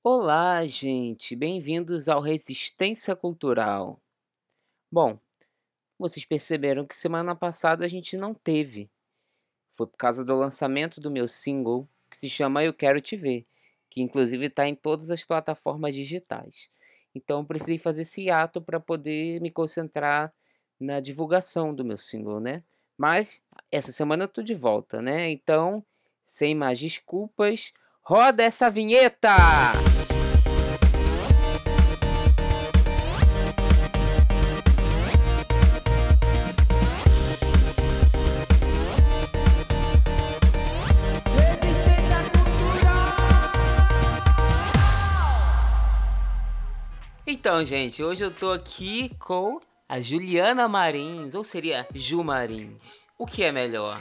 Olá, gente, bem-vindos ao Resistência Cultural. Bom, vocês perceberam que semana passada a gente não teve. Foi por causa do lançamento do meu single, que se chama Eu Quero Te Ver, que inclusive está em todas as plataformas digitais. Então eu precisei fazer esse ato para poder me concentrar na divulgação do meu single, né? Mas essa semana eu tô de volta, né? Então, sem mais desculpas, roda essa vinheta! Então, gente, hoje eu tô aqui com a Juliana Marins, ou seria Ju Marins. O que é melhor?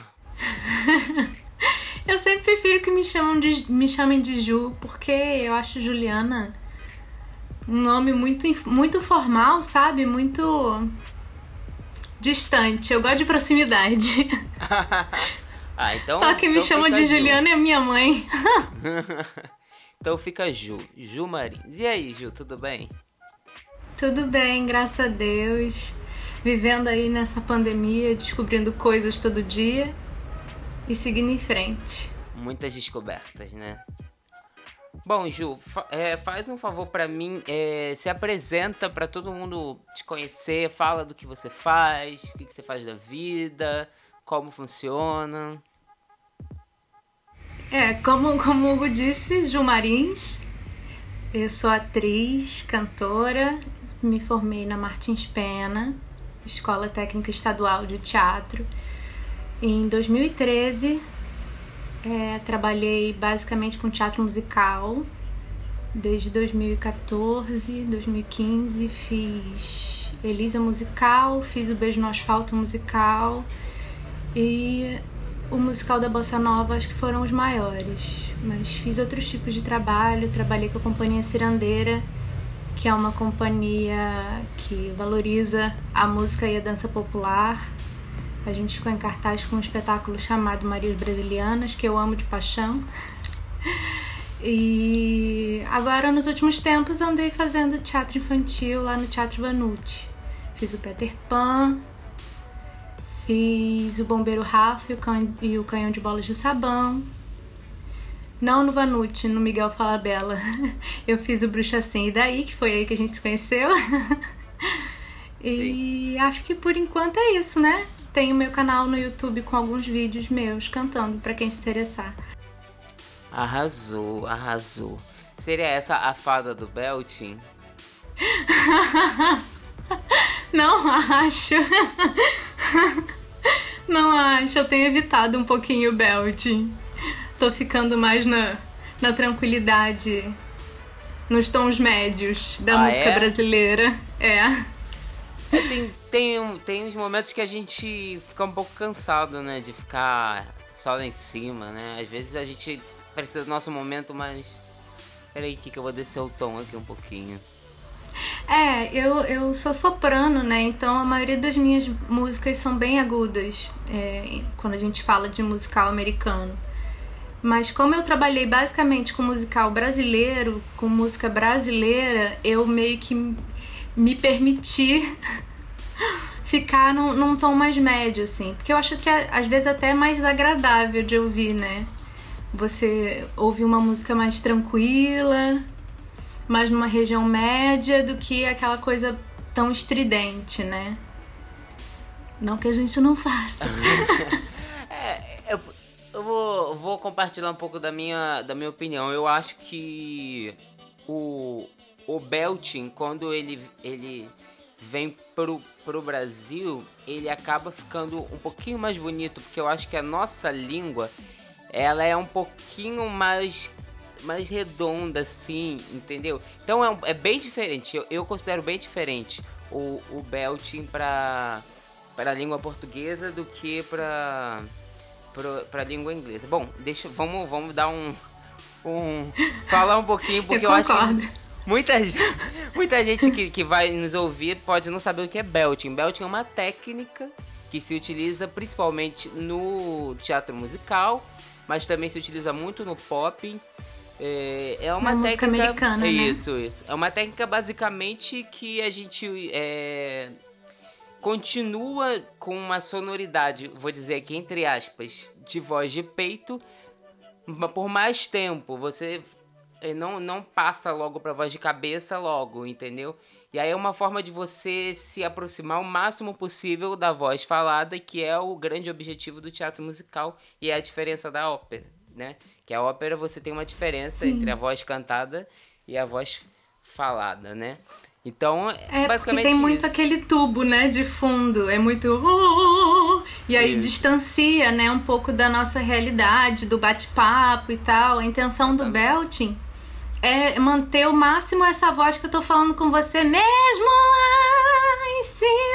Eu sempre prefiro que me chamem de Ju, porque eu acho Juliana um nome muito formal, sabe? Muito distante. Eu gosto de proximidade. Então, Só que me então chama fica de Ju. Juliana é a minha mãe. Então fica Ju Marins. E aí, Ju, tudo bem? Tudo bem, graças a Deus. Vivendo aí nessa pandemia, descobrindo coisas todo dia e seguindo em frente. Muitas descobertas, né? Bom, Ju, faz um favor pra mim, se apresenta pra todo mundo te conhecer, fala do que você faz, o que você faz da vida, como funciona. Como o Hugo disse, Ju Marins. Eu sou atriz, cantora, me formei na Martins Pena, Escola Técnica Estadual de Teatro. Em 2013, trabalhei basicamente com teatro musical. Desde 2014, 2015, fiz Elisa musical, fiz o Beijo no Asfalto musical e o musical da Bossa Nova, acho que foram os maiores. Mas fiz outros tipos de trabalho, trabalhei com a Companhia Cirandeira, que é uma companhia que valoriza a música e a dança popular. A gente ficou em cartaz com um espetáculo chamado Marias Brasilianas, que eu amo de paixão. E agora, nos últimos tempos, andei fazendo teatro infantil lá no Teatro Vanucci. Fiz o Peter Pan, fiz o Bombeiro Rafa e o Canhão de Bolas de Sabão. Não no Vanucci, no Miguel Falabella. Eu fiz o Bruxa Assim e Daí, que foi aí que a gente se conheceu. E sim, acho que por enquanto é isso, né? Tenho meu canal no YouTube com alguns vídeos meus cantando, pra quem se interessar. Arrasou, arrasou. Seria essa a fada do Belting? Não acho. Não acho. Eu tenho evitado um pouquinho o belting. Tô ficando mais na tranquilidade, nos tons médios da música brasileira. Tem uns momentos que a gente fica um pouco cansado, né? De ficar só lá em cima, né? Às vezes a gente precisa do nosso momento, mas... Peraí, que eu vou descer o tom aqui um pouquinho. Eu sou soprano, né? Então a maioria das minhas músicas são bem agudas, quando a gente fala de musical americano. Mas como eu trabalhei basicamente com musical brasileiro, com música brasileira, eu meio que me permiti ficar num tom mais médio, assim. Porque eu acho que às vezes até é mais agradável de ouvir, né? Você ouvir uma música mais tranquila, mais numa região média, do que aquela coisa tão estridente, né? Não que a gente não faça. Eu vou compartilhar um pouco da minha opinião. Eu acho que o belting, quando ele vem pro Brasil, ele acaba ficando um pouquinho mais bonito, porque eu acho que a nossa língua, ela é um pouquinho mais redonda, assim, entendeu? Então é bem diferente, eu considero bem diferente o belting pra língua portuguesa do que pra língua inglesa. Bom, vamos dar falar um pouquinho, porque eu acho que muita gente que vai nos ouvir pode não saber o que é belting. Belting é uma técnica que se utiliza principalmente no teatro musical, mas também se utiliza muito no pop É uma Na técnica... música americana, né? Isso. É uma técnica basicamente que a gente continua com uma sonoridade, vou dizer aqui entre aspas, de voz de peito por mais tempo. Você não passa logo pra voz de cabeça logo, entendeu? E aí é uma forma de você se aproximar o máximo possível da voz falada, que é o grande objetivo do teatro musical e é a diferença da ópera, né? Que a ópera você tem uma diferença entre a voz cantada e a voz falada, né? Então, É, porque basicamente tem muito isso. aquele tubo, né, de fundo. É muito... E aí Isso. distancia, né, um pouco da nossa realidade, do bate-papo e tal. A intenção do Exatamente. belting é manter o máximo essa voz que eu tô falando com você, mesmo lá em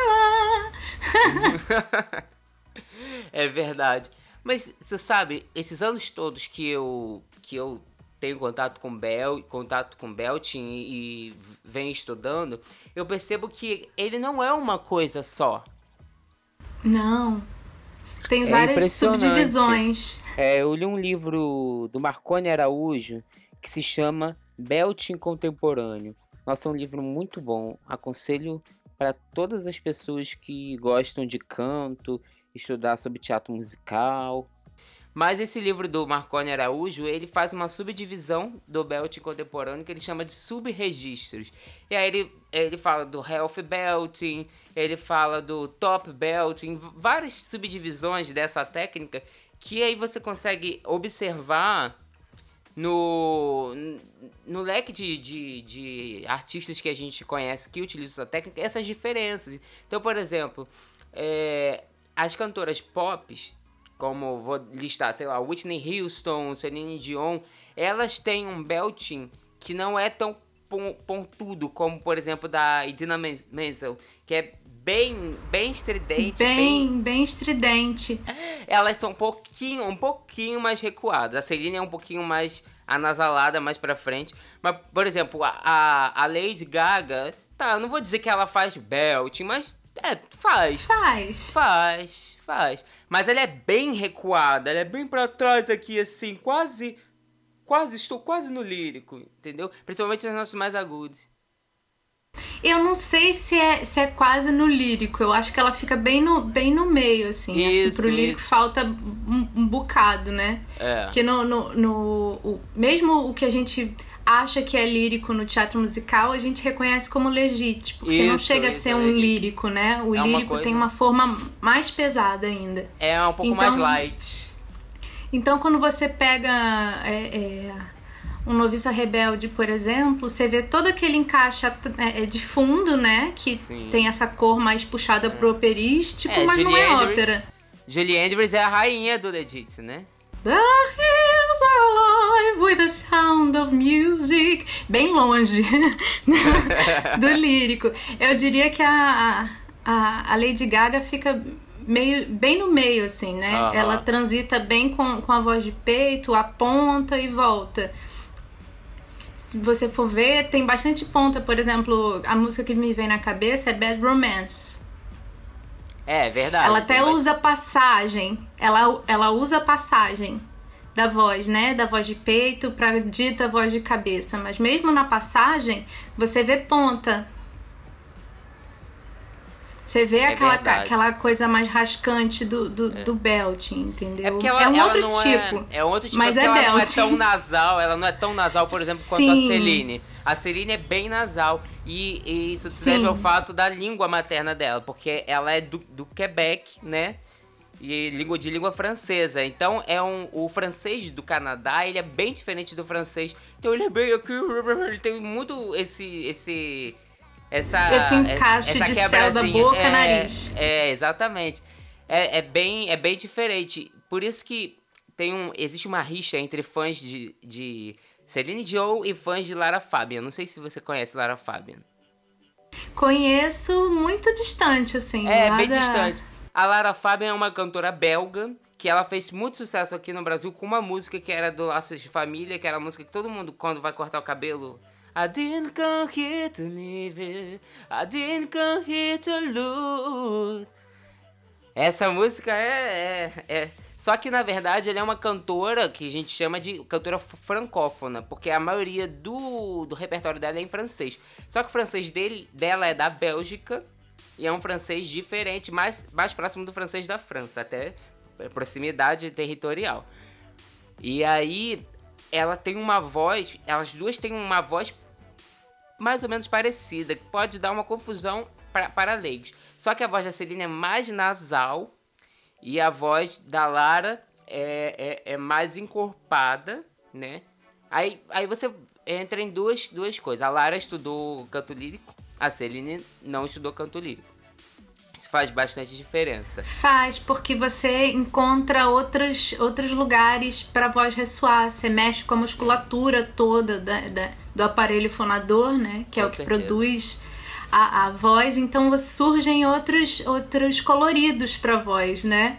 cima. É verdade. Mas você sabe, esses anos todos que eu tenho contato com Belting e venho estudando, eu percebo que ele não é uma coisa só. Não, tem É várias impressionante. subdivisões. Eu li um livro do Marconi Araújo que se chama Belting Contemporâneo. Nossa, é um livro muito bom. Aconselho para todas as pessoas que gostam de canto, estudar sobre teatro musical. Mas esse livro do Marconi Araújo, ele faz uma subdivisão do belting contemporâneo que ele chama de subregistros. E aí ele fala do health belting, ele fala do top belting, várias subdivisões dessa técnica que aí você consegue observar no leque de artistas que a gente conhece que utilizam essa técnica, essas diferenças. Então, por exemplo, as cantoras pop, como vou listar, sei lá, Whitney Houston, Celine Dion, elas têm um belting que não é tão pontudo como, por exemplo, da Idina Menzel, que é bem estridente, Bem estridente. elas são um pouquinho mais recuadas. A Celine é um pouquinho mais anasalada, mais pra frente. Mas, por exemplo, a Lady Gaga, tá, eu não vou dizer que ela faz belting, mas faz. Faz. Mas ela é bem recuada, ela é bem pra trás aqui, assim, estou quase no lírico, entendeu? Principalmente nos nossos mais agudos. Eu não sei se é quase no lírico. Eu acho que ela fica bem no meio, assim. Acho que pro lírico falta um bocado, né? Porque mesmo o que a gente acha que é lírico no teatro musical, a gente reconhece como legítimo. Porque não chega a ser um lírico, né? O lírico tem uma forma mais pesada ainda. É um pouco mais light. Então, quando você pega... um Noviça Rebelde, por exemplo, você vê todo aquele encaixe de fundo, né? Que tem essa cor mais puxada pro operístico, mas Julie não é Andrews, ópera. Julie Andrews é a rainha do Legit, né? The hills are alive with the sound of music. Bem longe do lírico. Eu diria que a Lady Gaga fica bem no meio, assim, né? Uhum. Ela transita bem com a voz de peito, aponta e volta. Se você for ver, tem bastante ponta. Por exemplo, a música que me vem na cabeça é Bad Romance. É verdade. Ela até usa passagem. Ela usa passagem da voz, né? Da voz de peito pra dita voz de cabeça. Mas mesmo na passagem, você vê ponta. Você vê aquela coisa mais rascante do belting, entendeu? É porque é um outro tipo. É outro tipo, mas porque ela não é belting. tão nasal. Ela não é tão nasal, por exemplo, quanto a Celine. A Celine é bem nasal. E isso se deve ao fato da língua materna dela. Porque ela é do Quebec, né? E de língua francesa. Então, o francês do Canadá, ele é bem diferente do francês. Então, ele é bem aqui... Ele tem muito esse encaixe de céu da boca, nariz. Exatamente. É bem diferente. Por isso que existe uma rixa entre fãs de Celine Dion e fãs de Lara Fabian. Não sei se você conhece Lara Fabian. Conheço muito distante, assim. Bem distante. A Lara Fabian é uma cantora belga que ela fez muito sucesso aqui no Brasil com uma música que era do Laços de Família, que era a música que todo mundo, quando vai cortar o cabelo... I didn't come here to live it. I didn't come here to lose. Essa música Só que, na verdade, ela é uma cantora que a gente chama de cantora francófona, porque a maioria do repertório dela é em francês. Só que o francês dela é da Bélgica e é um francês diferente, mais próximo do francês da França, até proximidade territorial. E aí, ela tem uma voz, elas duas têm uma voz mais ou menos parecida, que pode dar uma confusão para leigos. Só que a voz da Celine é mais nasal e a voz da Lara é mais encorpada, né? Aí você entra em duas coisas. A Lara estudou canto lírico, a Celine não estudou canto lírico. Isso faz bastante diferença. Faz, porque você encontra outros lugares para a voz ressoar. Você mexe com a musculatura toda do aparelho fonador, né? Que é o que produz a voz. Então surgem outros coloridos para a voz, né?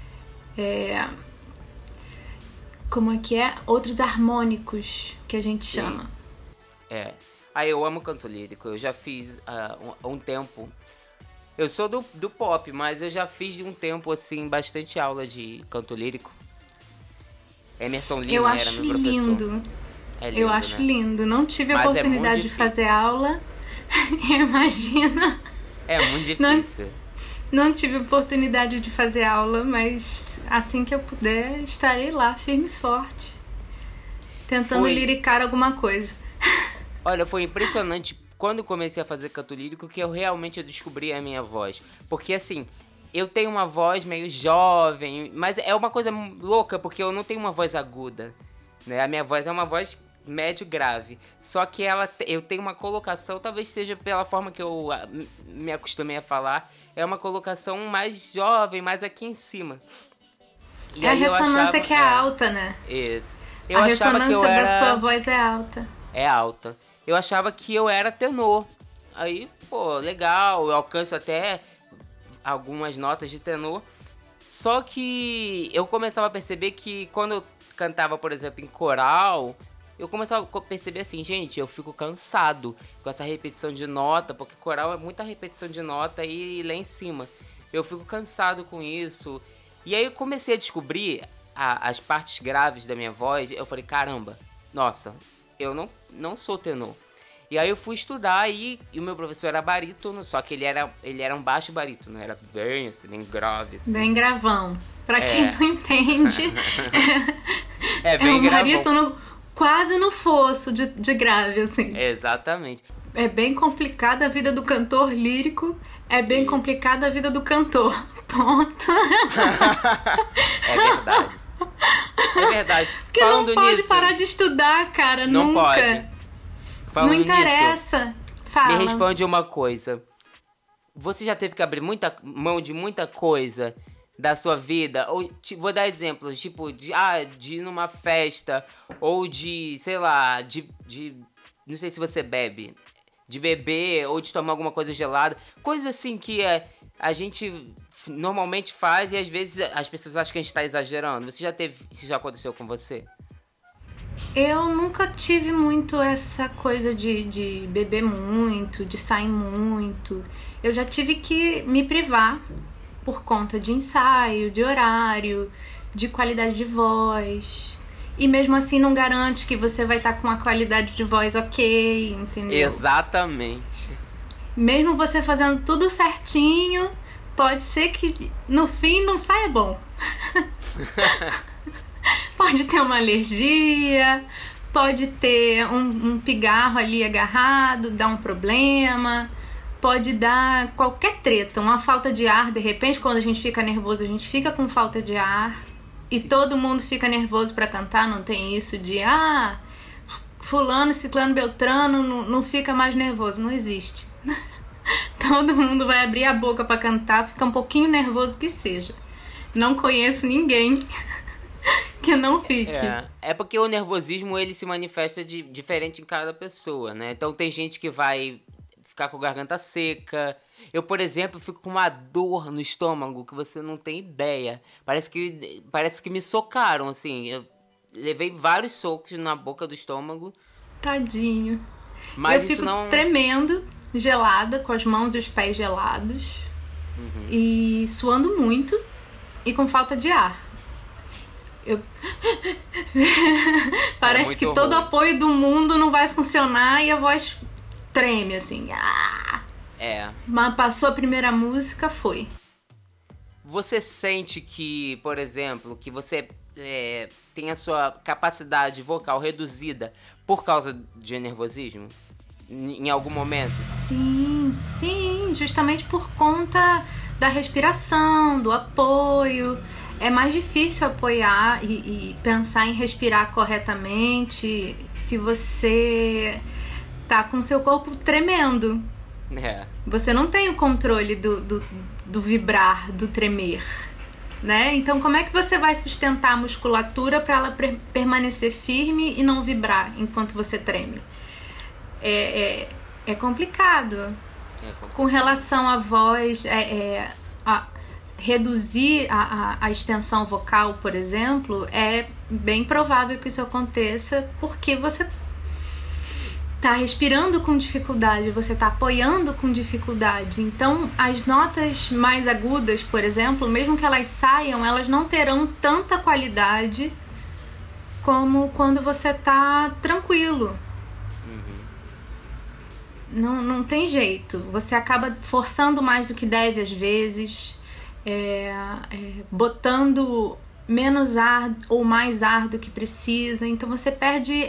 Como é que é? Outros harmônicos, que a gente chama. Eu amo canto lírico. Eu já fiz um tempo... Eu sou do pop, mas eu já fiz um tempo, assim, bastante aula de canto lírico. Emerson Lima era meu professor. Lindo. Eu acho lindo. Não tive a Mas oportunidade de fazer aula. Imagina. É muito difícil. Não tive oportunidade de fazer aula, mas assim que eu puder, estarei lá, firme e forte. Tentando liricar alguma coisa. Olha, foi impressionante quando comecei a fazer canto lírico que eu realmente descobri a minha voz. Porque assim, eu tenho uma voz meio jovem, mas é uma coisa louca porque eu não tenho uma voz aguda, né? A minha voz é uma voz médio grave. Só que eu tenho uma colocação, talvez seja pela forma que eu me acostumei a falar, é uma colocação mais jovem, mais aqui em cima. E a ressonância que é alta, né? Isso. A ressonância da sua voz é alta. É alta. Eu achava que eu era tenor. Aí, legal, eu alcanço até algumas notas de tenor. Só que eu começava a perceber que quando eu cantava, por exemplo, em coral, eu começava a perceber assim, gente, eu fico cansado com essa repetição de nota, porque coral é muita repetição de nota e lá em cima. Eu fico cansado com isso. E aí eu comecei a descobrir as partes graves da minha voz. Eu falei, caramba, nossa, eu não sou tenor. E aí eu fui estudar e o meu professor era barítono, só que ele era um baixo barítono, era bem assim, bem grave. Assim. Bem gravão. Pra quem não entende, bem um barítono quase no fosso de grave, assim. Exatamente. É bem complicada a vida do cantor lírico, é bem complicada a vida do cantor. Ponto. É verdade. É verdade. Porque falando não pode nisso, parar de estudar, cara, não nunca. Pode. Falando não interessa. Nisso, fala. Me responde uma coisa. Você já teve que abrir mão de muita coisa da sua vida? Ou vou dar exemplos, tipo, de ir numa festa, ou de, sei lá, de não sei se você bebe, de beber, ou de tomar alguma coisa gelada. Coisa assim que a gente normalmente faz e às vezes as pessoas acham que a gente tá exagerando. Isso já aconteceu com você? Eu nunca tive muito essa coisa de beber muito, de sair muito. Eu já tive que me privar por conta de ensaio, de horário, de qualidade de voz. E mesmo assim não garante que você vai estar com uma qualidade de voz ok, entendeu? Exatamente. Mesmo você fazendo tudo certinho, pode ser que no fim não saia bom. Pode ter uma alergia, pode ter um pigarro ali agarrado, dar um problema, pode dar qualquer treta, uma falta de ar. De repente, quando a gente fica nervoso, a gente fica com falta de ar. E todo mundo fica nervoso pra cantar, não tem isso de fulano, ciclano, beltrano não fica mais nervoso, não existe. Todo mundo vai abrir a boca pra cantar, fica um pouquinho nervoso que seja. Não conheço ninguém que não fique. É porque o nervosismo ele se manifesta diferente em cada pessoa, né? Então tem gente que vai ficar com a garganta seca. Eu, por exemplo, fico com uma dor no estômago que você não tem ideia. Parece que me socaram, assim. Eu levei vários socos na boca do estômago. Tadinho. Mas eu fico tremendo, gelada, com as mãos e os pés gelados. E suando muito e com falta de ar. Eu... Parece que muito todo ruim. apoio do mundo não vai funcionar e a voz treme, assim. Ah! É. Mas passou a primeira música, foi. Você sente que, por exemplo, que você tem a sua capacidade vocal reduzida por causa de nervosismo? Em algum momento? Sim, justamente por conta da respiração, do apoio. É mais difícil apoiar e pensar em respirar corretamente se você tá com seu corpo tremendo. É. Você não tem o controle do vibrar, do tremer, né? Então, como é que você vai sustentar a musculatura para ela permanecer firme e não vibrar enquanto você treme? É complicado. Com relação à voz, reduzir a extensão vocal, por exemplo, é bem provável que isso aconteça porque você tá respirando com dificuldade, você tá apoiando com dificuldade. Então, as notas mais agudas, por exemplo, mesmo que elas saiam, elas não terão tanta qualidade como quando você tá tranquilo. Não tem jeito. Você acaba forçando mais do que deve às vezes, botando menos ar ou mais ar do que precisa. Então você perde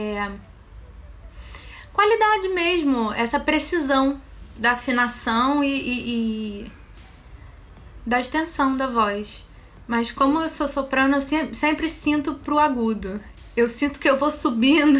qualidade mesmo, essa precisão da afinação e da extensão da voz. Mas como eu sou soprano, eu sempre sinto pro agudo. Eu sinto que eu vou subindo.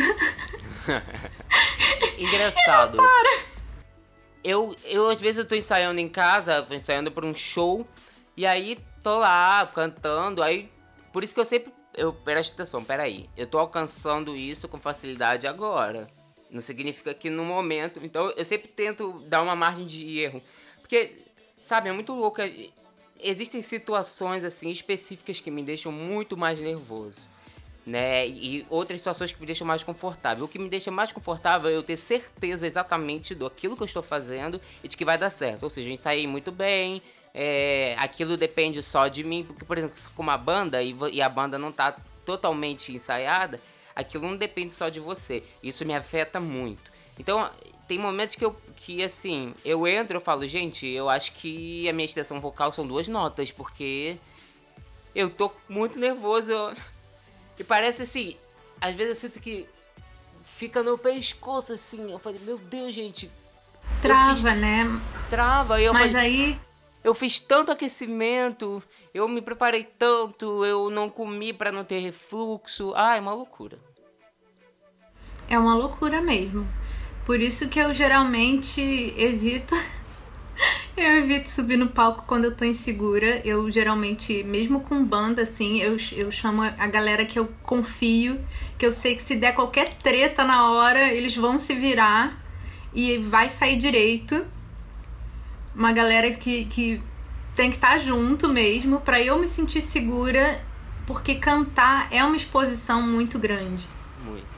Engraçado. Eu às vezes eu tô ensaiando em casa, ensaiando pra um show, e aí tô lá cantando, aí por isso que eu presta atenção, peraí, eu tô alcançando isso com facilidade agora. Não significa que no momento, então eu sempre tento dar uma margem de erro, porque sabe, é muito louco, existem situações assim específicas que me deixam muito mais nervoso, né? E outras situações que me deixam mais confortável. O que me deixa mais confortável é eu ter certeza exatamente do aquilo que eu estou fazendo e de que vai dar certo. Ou seja, eu ensaiei muito bem, aquilo depende só de mim, porque, por exemplo, com uma banda e a banda não tá totalmente ensaiada, aquilo não depende só de você. Isso me afeta muito. Então, tem momentos que assim, eu entro e falo, gente, eu acho que a minha extensão vocal são 2 notas, porque eu tô muito nervoso. E parece assim, às vezes eu sinto que fica no pescoço assim. Eu falei, meu Deus, gente. Trava, né? Trava. E Mas aí... Eu fiz tanto aquecimento, eu me preparei tanto, eu não comi pra não ter refluxo. Ah, é uma loucura. É uma loucura mesmo. Por isso que eu geralmente evito... Eu evito subir no palco quando eu tô insegura. Eu geralmente, mesmo com banda, assim, eu chamo a galera que eu confio, que eu sei que se der qualquer treta na hora, eles vão se virar e vai sair direito. Uma galera que tem que estar junto mesmo, pra eu me sentir segura, porque cantar é uma exposição muito grande. Muito.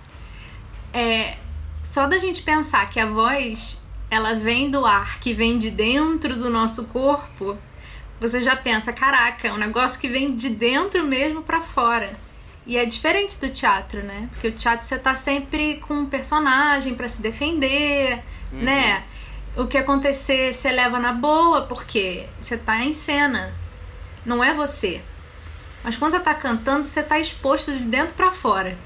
Só da gente pensar que a voz... ela vem do ar, que vem de dentro do nosso corpo, você já pensa, caraca, é um negócio que vem de dentro mesmo pra fora. E é diferente do teatro, né? Porque o teatro você tá sempre com um personagem pra se defender, né? O que acontecer você leva na boa, porque você tá em cena, não é você. Mas quando você tá cantando, você tá exposto de dentro pra fora.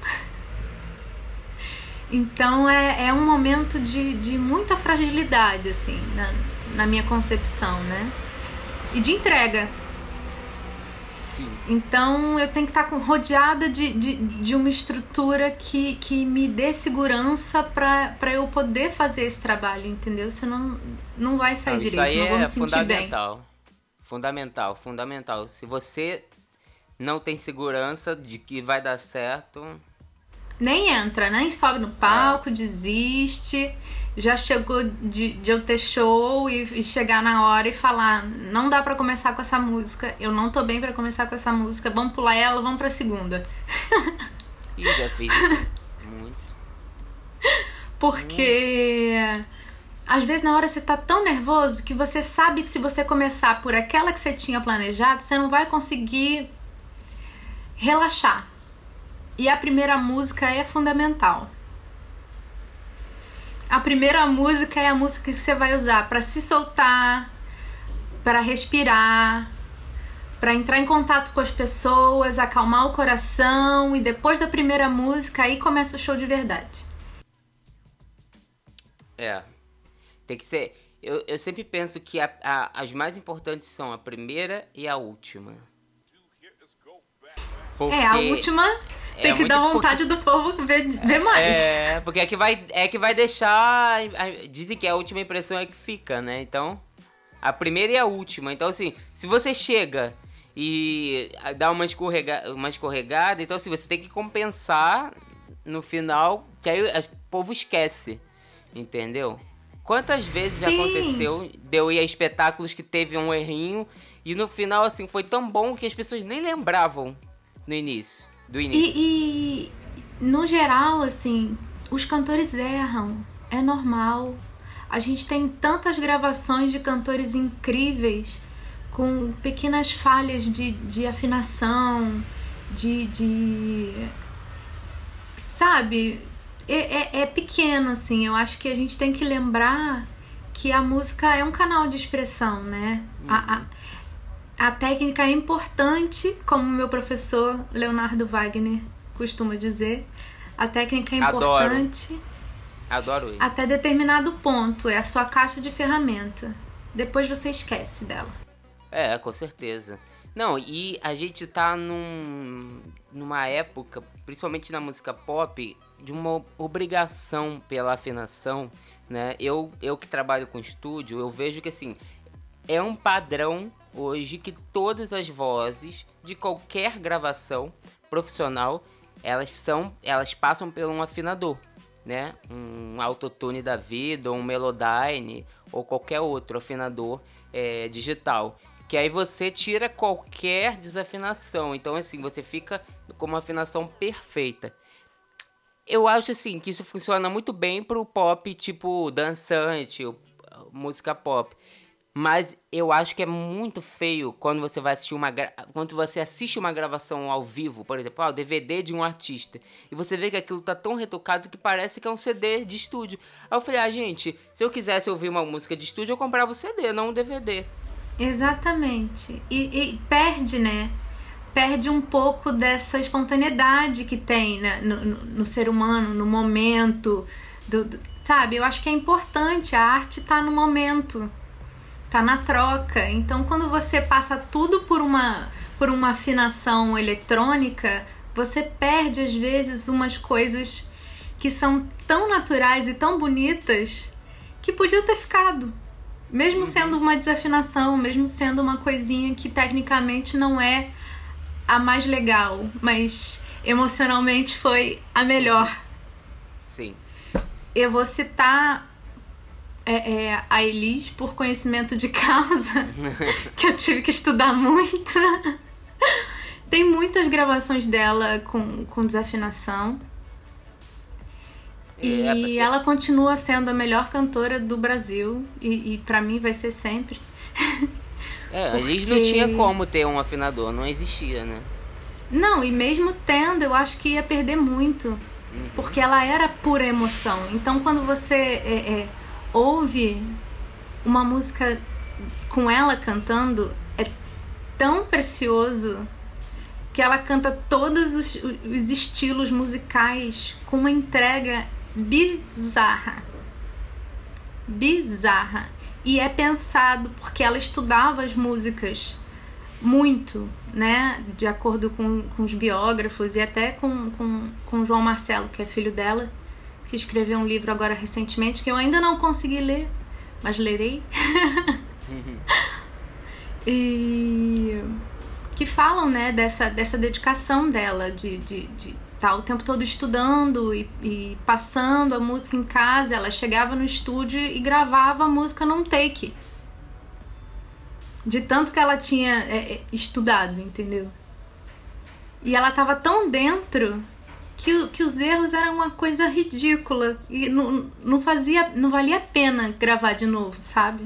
Então é um momento de muita fragilidade, assim, na minha concepção, né? E de entrega. Sim. Então eu tenho que estar rodeada de uma estrutura que me dê segurança pra eu poder fazer esse trabalho, entendeu? Senão não vai sair direito, isso aí não vou me sentir bem. Fundamental. Se você não tem segurança de que vai dar certo... Nem entra, nem sobe no palco, desiste. Já chegou de eu ter show e chegar na hora e falar, não dá pra começar com essa música, eu não tô bem pra começar com essa música, vamos pular ela, vamos pra segunda. E já fiz isso muito. Porque às vezes na hora você tá tão nervoso que você sabe que se você começar por aquela que você tinha planejado, você não vai conseguir relaxar. E a primeira música é fundamental. A primeira música é a música que você vai usar para se soltar, para respirar, para entrar em contato com as pessoas, acalmar o coração, e depois da primeira música aí começa o show de verdade. Tem que ser... Eu sempre penso que as mais importantes são a primeira e a última. Porque a última tem que dar vontade do povo ver mais. Porque é que vai deixar... Dizem que a última impressão é que fica, né? Então, a primeira e a última. Então, assim, se você chega e dá uma escorregada, então, assim, você tem que compensar no final, que aí o povo esquece, entendeu? Quantas vezes já aconteceu de eu ir a espetáculos que teve um errinho e no final, assim, foi tão bom que as pessoas nem lembravam do início. E no geral, assim, os cantores erram. É normal. A gente tem tantas gravações de cantores incríveis com pequenas falhas de afinação, sabe? É pequeno, assim. Eu acho que a gente tem que lembrar que a música é um canal de expressão, né? A técnica é importante, como meu professor Leonardo Wagner costuma dizer. A técnica é importante. Adoro ele. Até determinado ponto. É a sua caixa de ferramenta. Depois você esquece dela. Com certeza. Não, e a gente tá numa época, principalmente na música pop, de uma obrigação pela afinação, né? Eu que trabalho com estúdio, eu vejo que, assim, é um padrão hoje que todas as vozes de qualquer gravação profissional, elas passam por um afinador, né? Um autotune da vida, ou um Melodyne, ou qualquer outro afinador digital. Que aí você tira qualquer desafinação. Então, assim, você fica com uma afinação perfeita. Eu acho, assim, que isso funciona muito bem pro pop, tipo, dançante, música pop. Mas eu acho que é muito feio quando você vai assistir quando você assiste uma gravação ao vivo, por exemplo, o DVD de um artista, e você vê que aquilo tá tão retocado que parece que é um CD de estúdio. Aí eu falei, gente, se eu quisesse ouvir uma música de estúdio, eu comprava o CD, não um DVD. Exatamente. E perde, né? Perde um pouco dessa espontaneidade que tem, né? no ser humano, no momento. Sabe? Eu acho que é importante. A arte tá no momento. Tá na troca. Então, quando você passa tudo por uma afinação eletrônica, você perde, às vezes, umas coisas que são tão naturais e tão bonitas que podiam ter ficado. Mesmo sendo uma desafinação, mesmo sendo uma coisinha que tecnicamente não é a mais legal, mas emocionalmente foi a melhor. Sim. Eu vou citar a Elis por conhecimento de causa, que eu tive que estudar muito. Tem muitas gravações dela com desafinação. E ela continua sendo a melhor cantora do Brasil. E pra mim vai ser sempre. A Elis não tinha como ter um afinador, não existia, né? Não, e mesmo tendo, eu acho que ia perder muito. Porque ela era pura emoção. Então quando você ouve uma música com ela cantando, é tão precioso que ela canta todos os estilos musicais com uma entrega bizarra. E é pensado porque ela estudava as músicas muito, né? De acordo com os biógrafos e até com o João Marcelo, que é filho dela, que escreveu um livro agora recentemente que eu ainda não consegui ler, mas lerei. E que falam, né, dessa dedicação dela de estar o tempo todo estudando e passando a música em casa. Ela chegava no estúdio e gravava a música num take, de tanto que ela tinha estudado, entendeu? E ela tava tão dentro que os erros eram uma coisa ridícula e não valia a pena gravar de novo, sabe?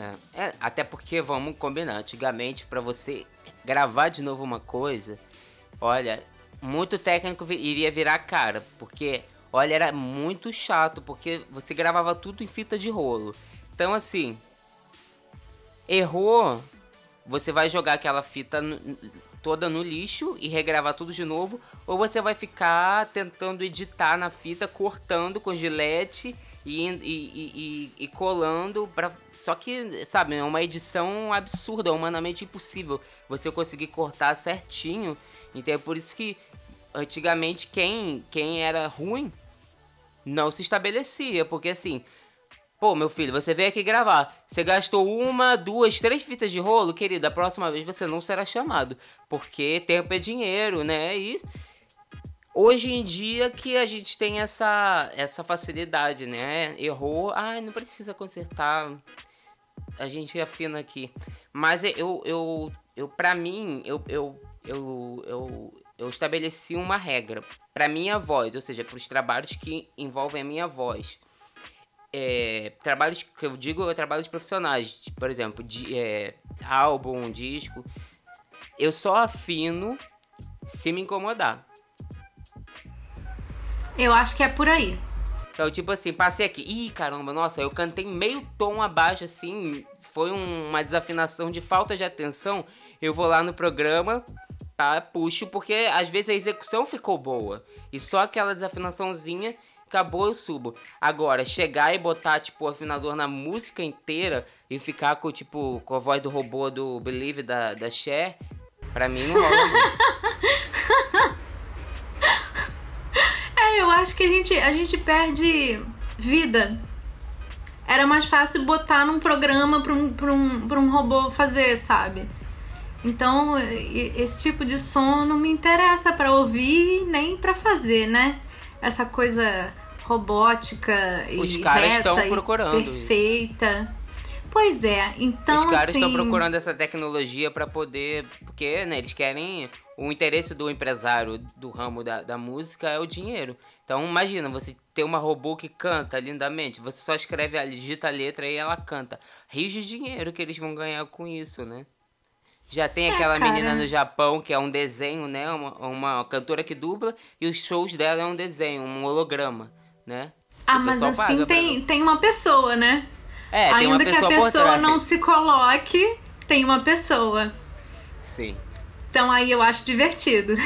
Até porque, vamos combinar, antigamente, pra você gravar de novo uma coisa, Olha, muito técnico iria virar cara, porque, olha, era muito chato, porque você gravava tudo em fita de rolo. Então, assim, errou, você vai jogar aquela fita toda no lixo e regravar tudo de novo, ou você vai ficar tentando editar na fita, cortando com gilete e colando pra... Só que, sabe, é uma edição absurda, humanamente impossível você conseguir cortar certinho. Então é por isso que antigamente quem era ruim não se estabelecia, porque assim, pô, meu filho, você veio aqui gravar. Você gastou uma, duas, três fitas de rolo, querido. A próxima vez você não será chamado. Porque tempo é dinheiro, né? E hoje em dia que a gente tem essa facilidade, né? Errou, não precisa consertar. A gente afina aqui. Mas eu pra mim, eu estabeleci uma regra. Pra minha voz, ou seja, pros trabalhos que envolvem a minha voz. Trabalhos que eu digo trabalhos profissionais, por exemplo, álbum, disco, eu só afino se me incomodar. Eu acho que é por aí. Então, tipo assim, passei aqui, caramba, nossa, eu cantei meio tom abaixo, assim, foi uma desafinação de falta de atenção, eu vou lá no programa, tá, puxo, porque às vezes a execução ficou boa, e só aquela desafinaçãozinha, acabou, eu subo. Agora, chegar e botar, tipo, o afinador na música inteira e ficar com, tipo, com a voz do robô do Believe da Cher, pra mim não rola. Eu acho que a gente perde vida. Era mais fácil botar num programa pra um robô fazer, sabe? Então, esse tipo de som não me interessa pra ouvir nem pra fazer, né? Essa coisa robótica Os e caras reta estão procurando e perfeita. Pois é, então os caras estão assim... procurando essa tecnologia pra poder... Porque, né, eles querem... O interesse do empresário do ramo da música é o dinheiro. Então, imagina, você ter uma robô que canta lindamente. Você só escreve, digita a letra e ela canta. Rios de dinheiro que eles vão ganhar com isso, né? Já tem aquela menina no Japão que é um desenho, né? Uma cantora que dubla e os shows dela é um desenho, um holograma, né? Mas assim tem uma pessoa, né? Tem uma pessoa que a pessoa não se coloque, tem uma pessoa. Sim. Então aí eu acho divertido.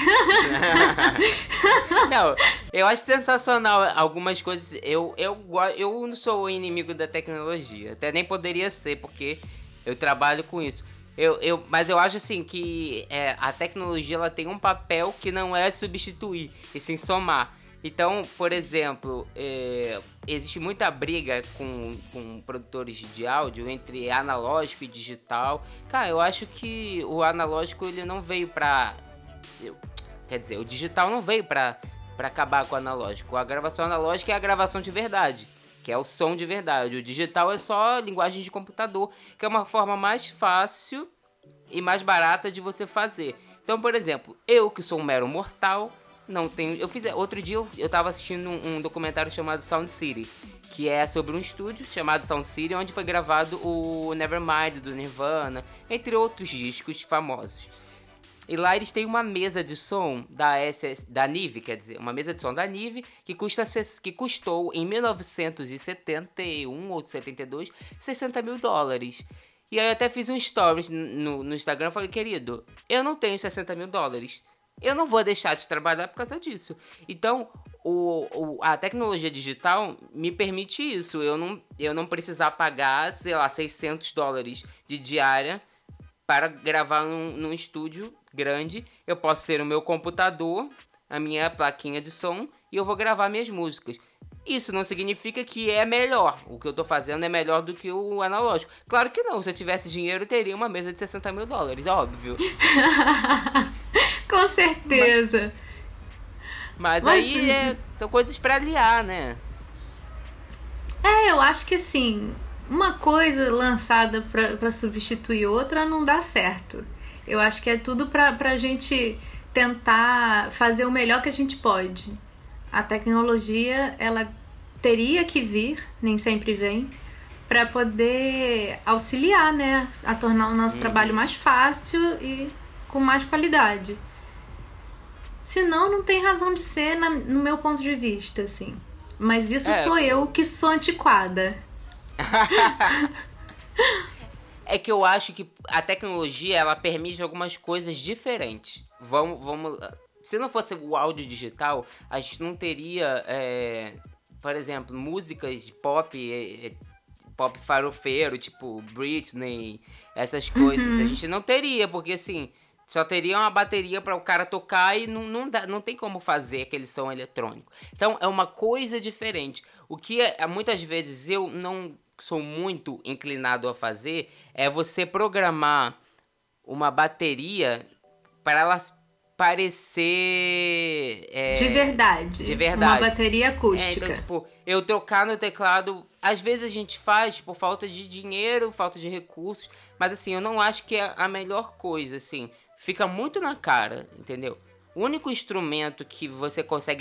Não, eu acho sensacional algumas coisas. Eu não sou o inimigo da tecnologia. Até nem poderia ser, porque eu trabalho com isso. Mas eu acho assim que a tecnologia ela tem um papel que não é substituir, e sim somar. Então, por exemplo, existe muita briga com produtores de áudio entre analógico e digital. Cara, eu acho que o analógico ele não veio pra... Quer dizer, o digital não veio pra acabar com o analógico. A gravação analógica é a gravação de verdade, que é o som de verdade. O digital é só linguagem de computador, que é uma forma mais fácil e mais barata de você fazer. Então, por exemplo, eu que sou um mero mortal... Não tenho. Outro dia eu tava assistindo um documentário chamado Sound City, que é sobre um estúdio chamado Sound City, onde foi gravado o Nevermind do Nirvana, entre outros discos famosos. E lá eles têm uma mesa de som da Nive, quer dizer, uma mesa de som da Nive que custou em 1971 ou 72 $60 mil. E aí eu até fiz um stories no Instagram e falei, querido, eu não tenho $60 mil. Eu não vou deixar de trabalhar por causa disso. Então, a tecnologia digital me permite isso. Eu não precisar pagar, sei lá, $600 de diária para gravar num estúdio grande. Eu posso ter o meu computador, a minha plaquinha de som e eu vou gravar minhas músicas. Isso não significa que é melhor. O que eu tô fazendo é melhor do que o analógico. Claro que não. Se eu tivesse dinheiro, eu teria uma mesa de $60 mil, óbvio. Com certeza. Mas aí são coisas pra aliar, né? Eu acho que assim, uma coisa lançada pra substituir outra não dá certo. Eu acho que é tudo pra gente tentar fazer o melhor que a gente pode. A tecnologia, ela teria que vir, nem sempre vem, pra poder auxiliar, né? A tornar o nosso trabalho mais fácil e com mais qualidade. Senão não tem razão de ser no meu ponto de vista, assim. Mas isso sou eu que sou antiquada. É que eu acho que a tecnologia, ela permite algumas coisas diferentes. Vamos... Se não fosse o áudio digital, a gente não teria, por exemplo, músicas de pop, pop farofeiro, tipo Britney, essas coisas. A gente não teria, porque assim, só teria uma bateria para o cara tocar e não tem como fazer aquele som eletrônico. Então é uma coisa diferente. O que muitas vezes eu não sou muito inclinado a fazer é você programar uma bateria para ela parecer... De verdade. Uma bateria acústica. Então, tipo, eu trocar no teclado... Às vezes a gente faz por falta de dinheiro, falta de recursos. Mas assim, eu não acho que é a melhor coisa, assim. Fica muito na cara, entendeu? O único instrumento que você consegue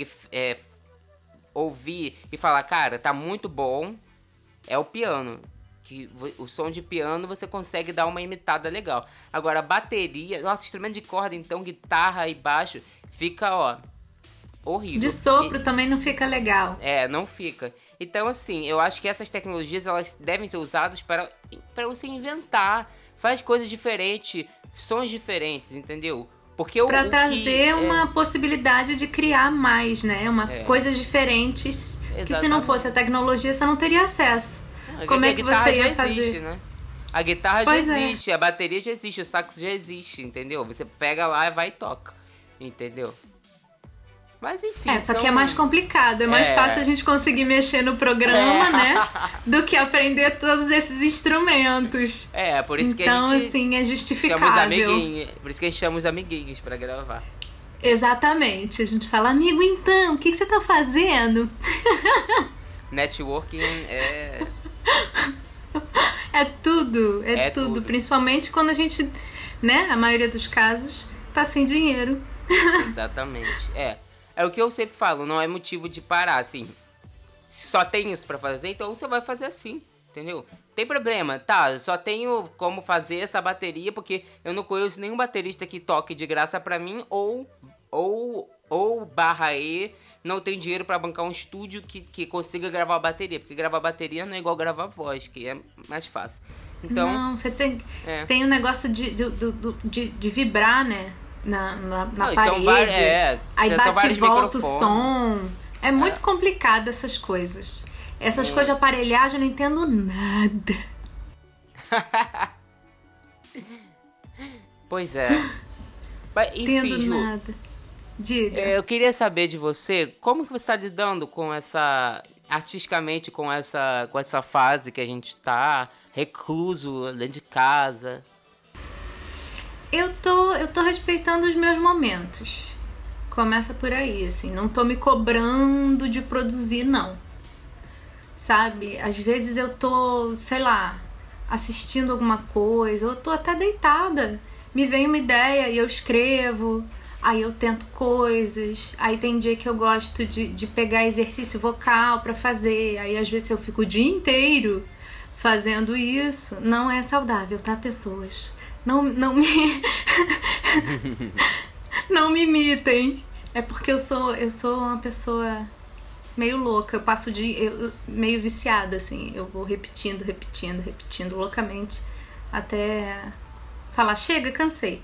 ouvir e falar, cara, tá muito bom, é o piano. Que o som de piano você consegue dar uma imitada legal. Agora, bateria... Nossa, instrumento de corda, então, guitarra e baixo, fica, horrível. De sopro também não fica legal. Não fica. Então, assim, eu acho que essas tecnologias, elas devem ser usadas para você inventar. Faz coisas diferentes, sons diferentes, entendeu? Porque pra trazer uma possibilidade de criar mais, né? Coisas diferentes. Exatamente. Que se não fosse a tecnologia, você não teria acesso. Como é que você ia fazer? Existe, né? A guitarra já existe, a bateria já existe, o sax já existe, entendeu? Você pega lá, vai e toca, entendeu? Mas enfim... Só que é mais complicado, é mais fácil a gente conseguir mexer no programa, né? Do que aprender todos esses instrumentos. Por isso que então, a gente... assim, é justificável. Chama os amiguinhos, por isso que a gente chama os amiguinhos pra gravar. Exatamente, a gente fala, amigo, então, o que você tá fazendo? Networking É tudo. Principalmente quando a gente, né, a maioria dos casos, tá sem dinheiro. Exatamente. É o que eu sempre falo, não é motivo de parar, assim. Se só tem isso pra fazer, então você vai fazer assim, entendeu? Tem problema, tá, eu só tenho como fazer essa bateria porque eu não conheço nenhum baterista que toque de graça pra mim ou /E não tem dinheiro pra bancar um estúdio que consiga gravar a bateria. Porque gravar bateria não é igual gravar voz, que é mais fácil. Então, não, você tem um negócio de vibrar, né? Na parede. Aí bate e volta o som. É muito complicado essas coisas. Essas coisas de aparelhagem eu não entendo nada. Pois é. Mas, enfim, entendo nada. Diga. Eu queria saber de você, como que você está lidando com artisticamente com essa fase que a gente tá, recluso dentro de casa? Eu tô respeitando os meus momentos. Começa por aí, assim, não tô me cobrando de produzir, não. Sabe? Às vezes eu tô, sei lá, assistindo alguma coisa, eu tô até deitada. Me vem uma ideia e eu escrevo. Aí eu tento coisas, aí tem dia que eu gosto de pegar exercício vocal pra fazer, aí às vezes eu fico o dia inteiro fazendo isso. Não é saudável, tá, pessoas? Não me... não me imitem. É porque eu sou uma pessoa meio louca, eu passo o dia meio viciada, assim. Eu vou repetindo loucamente até falar, chega, cansei.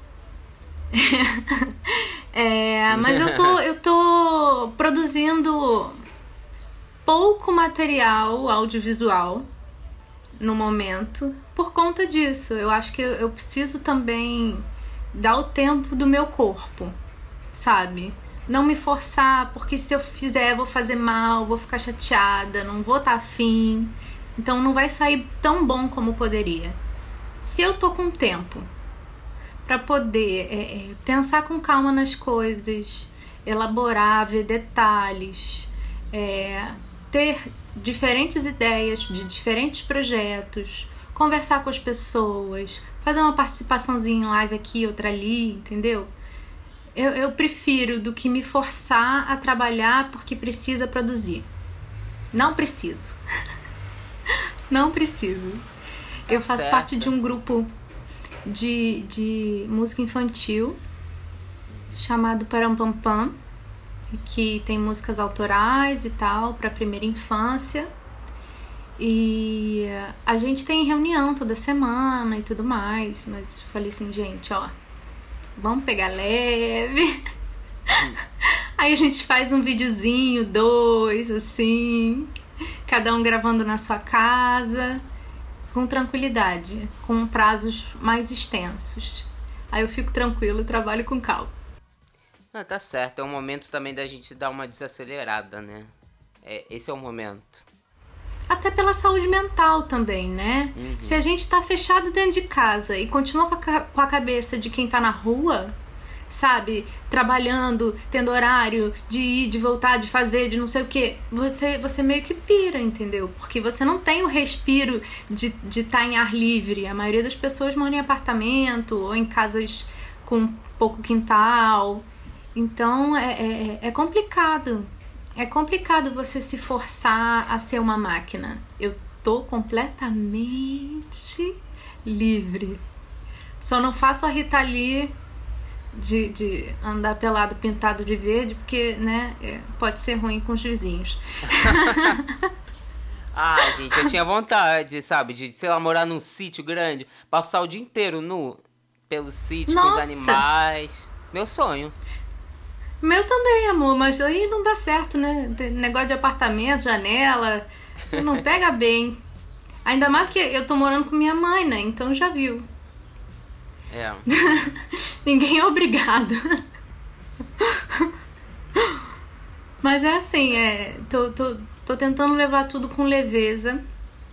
Mas eu tô produzindo pouco material audiovisual no momento por conta disso. Eu acho que eu preciso também dar o tempo do meu corpo, sabe? Não me forçar, porque se eu fizer eu vou fazer mal, vou ficar chateada, não vou estar afim, então não vai sair tão bom como poderia. Se eu tô com tempo para poder pensar com calma nas coisas, elaborar, ver detalhes, ter diferentes ideias de diferentes projetos, conversar com as pessoas, fazer uma participaçãozinha em live aqui, outra ali, entendeu? Eu prefiro do que me forçar a trabalhar porque precisa produzir. Não preciso. Não preciso. Eu faço parte de um grupo de música infantil chamado Parampampam, que tem músicas autorais e tal, para primeira infância. E a gente tem reunião toda semana e tudo mais, mas falei assim, gente, ó, vamos pegar leve. Aí a gente faz um videozinho, 2, assim, cada um gravando na sua casa, com tranquilidade, com prazos mais extensos. Aí eu fico tranquilo e trabalho com calma. Ah, tá certo, é um momento também da gente dar uma desacelerada, né? Esse é o momento. Até pela saúde mental também, né? Uhum. Se a gente tá fechado dentro de casa e continua com a cabeça de quem tá na rua, sabe? Trabalhando, tendo horário de ir, de voltar, de fazer, de não sei o quê, você meio que pira, entendeu? Porque você não tem o respiro de estar em ar livre. A maioria das pessoas mora em apartamento ou em casas com pouco quintal. Então é complicado. É complicado você se forçar a ser uma máquina. Eu tô completamente livre. Só não faço a Rita Lee de andar pelado pintado de verde, porque, né, pode ser ruim com os vizinhos. Ah, gente, eu tinha vontade, sabe, de, sei lá, morar num sítio grande, passar o dia inteiro nu pelo sítio, com os animais. Meu sonho. Meu também, amor, mas aí não dá certo, né? Negócio de apartamento, janela, não pega bem. Ainda mais que eu tô morando com minha mãe, né? Então já viu. É. Ninguém é obrigado. Mas é assim, tô tentando levar tudo com leveza.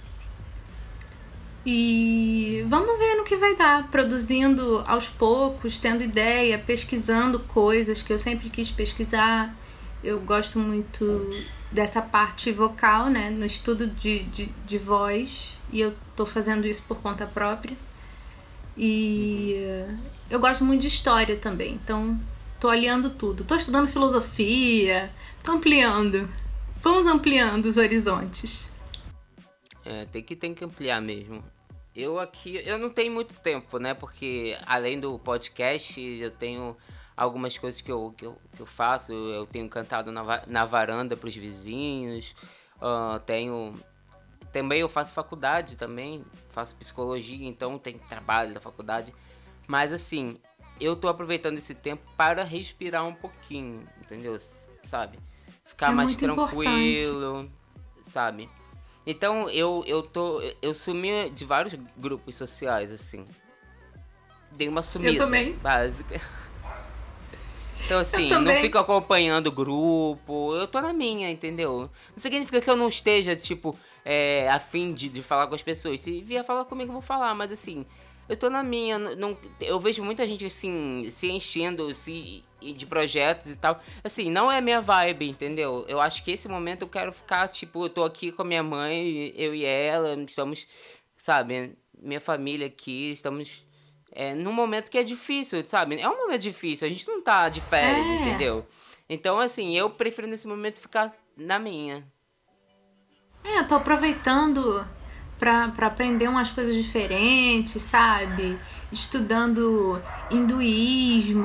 E vamos ver no que vai dar, produzindo aos poucos, tendo ideia, pesquisando coisas que eu sempre quis pesquisar. Eu gosto muito dessa parte vocal, né, no estudo de voz, e eu tô fazendo isso por conta própria. E eu gosto muito de história também, então tô aliando tudo. Tô estudando filosofia, tô ampliando. Vamos ampliando os horizontes. Tem que ampliar mesmo. Eu não tenho muito tempo, né? Porque além do podcast, eu tenho algumas coisas que eu faço. Eu tenho cantado na varanda pros vizinhos. Também eu faço faculdade também. Faço psicologia, então tem trabalho da faculdade. Mas assim, eu tô aproveitando esse tempo para respirar um pouquinho, entendeu? Sabe? Ficar mais tranquilo, importante. Sabe? Então eu sumi de vários grupos sociais, assim. Dei uma sumida. Eu também. Básica. Então assim, não fico acompanhando o grupo, eu tô na minha, entendeu? Não significa que eu não esteja, tipo, a fim de falar com as pessoas. Se vier falar comigo, eu vou falar, mas assim, eu tô na minha. Eu vejo muita gente, assim, se enchendo de projetos e tal. Assim, não é minha vibe, entendeu? Eu acho que esse momento eu quero ficar, tipo, eu tô aqui com a minha mãe, eu e ela, estamos, sabe, minha família aqui, estamos num momento que é difícil, sabe? É um momento difícil, a gente não tá de férias, entendeu? Então, assim, eu prefiro nesse momento ficar na minha. Eu tô aproveitando pra aprender umas coisas diferentes, sabe? Estudando hinduísmo,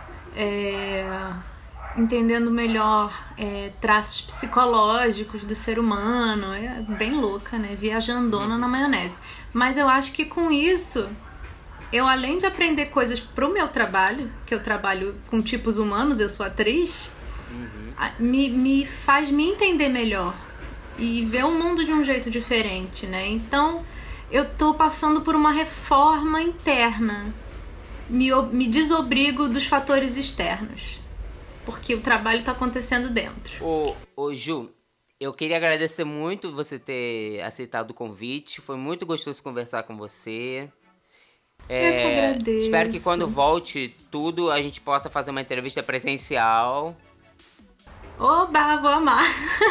entendendo melhor traços psicológicos do ser humano. É bem louca, né? Viajandona na maionese. Mas eu acho que com isso, eu além de aprender coisas pro meu trabalho, que eu trabalho com tipos humanos, eu sou atriz, me faz me entender melhor e ver o mundo de um jeito diferente, né? Então, eu tô passando por uma reforma interna. Me desobrigo dos fatores externos. Porque o trabalho tá acontecendo dentro. Ô Ju, eu queria agradecer muito você ter aceitado o convite. Foi muito gostoso conversar com você. Eu que agradeço. Espero que quando volte tudo, a gente possa fazer uma entrevista presencial. Oba, vou amar.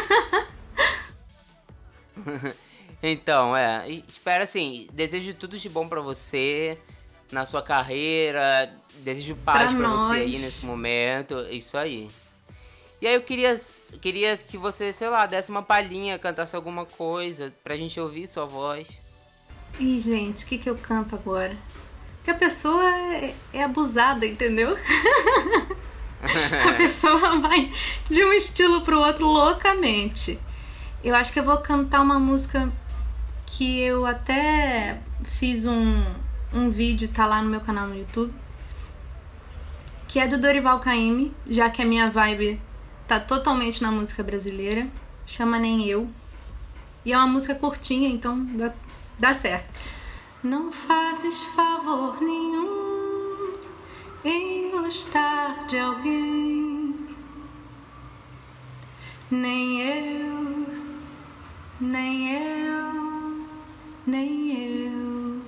Então, espero assim, desejo tudo de bom pra você, na sua carreira, desejo paz pra você aí nesse momento, isso aí. E aí eu queria que você, sei lá, desse uma palhinha, cantasse alguma coisa, pra gente ouvir sua voz. Ih, gente, o que eu canto agora? Porque a pessoa é abusada, entendeu? A pessoa vai de um estilo pro outro loucamente. Eu acho que eu vou cantar uma música que eu até fiz um vídeo, tá lá no meu canal no YouTube, que é do Dorival Caymmi, já que a minha vibe tá totalmente na música brasileira. Chama Nem Eu. E é uma música curtinha, então dá certo. Não fazes favor nenhum em gostar de alguém, nem eu, nem eu, nem eu.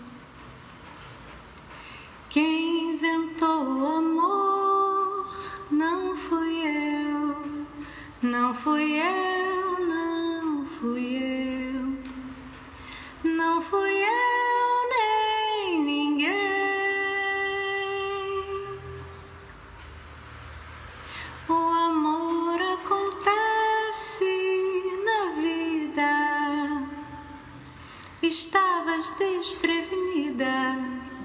Quem inventou o amor não fui eu, não fui eu, não fui eu, não fui eu nem ninguém. O amor acontece na vida, estavas desprevenida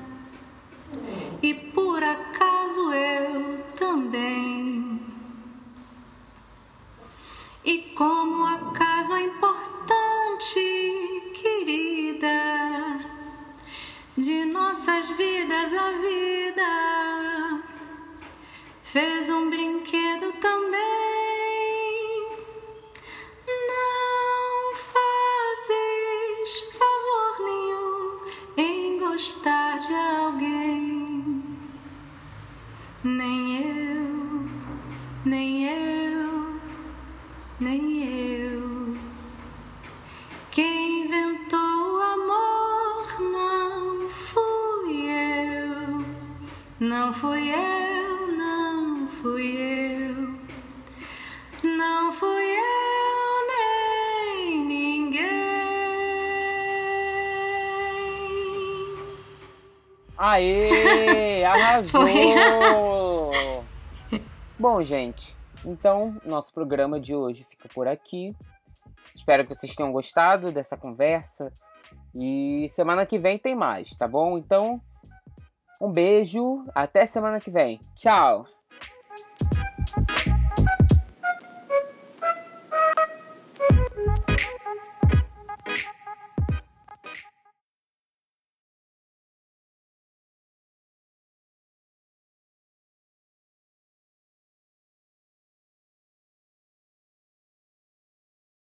e por acaso eu também. E como acaso é importante, querida, de nossas vidas a vida fez um brinquedo também. Não fazes favor nenhum em gostar de alguém, nem eu, nem eu, nem eu. Quem inventou o amor não fui eu, não fui eu, não fui eu, não fui eu nem ninguém. Aê! Arrasou! Bom, gente, então nosso programa de hoje fica por aqui. Espero que vocês tenham gostado dessa conversa. E semana que vem tem mais, tá bom? Então, um beijo. Até semana que vem. Tchau!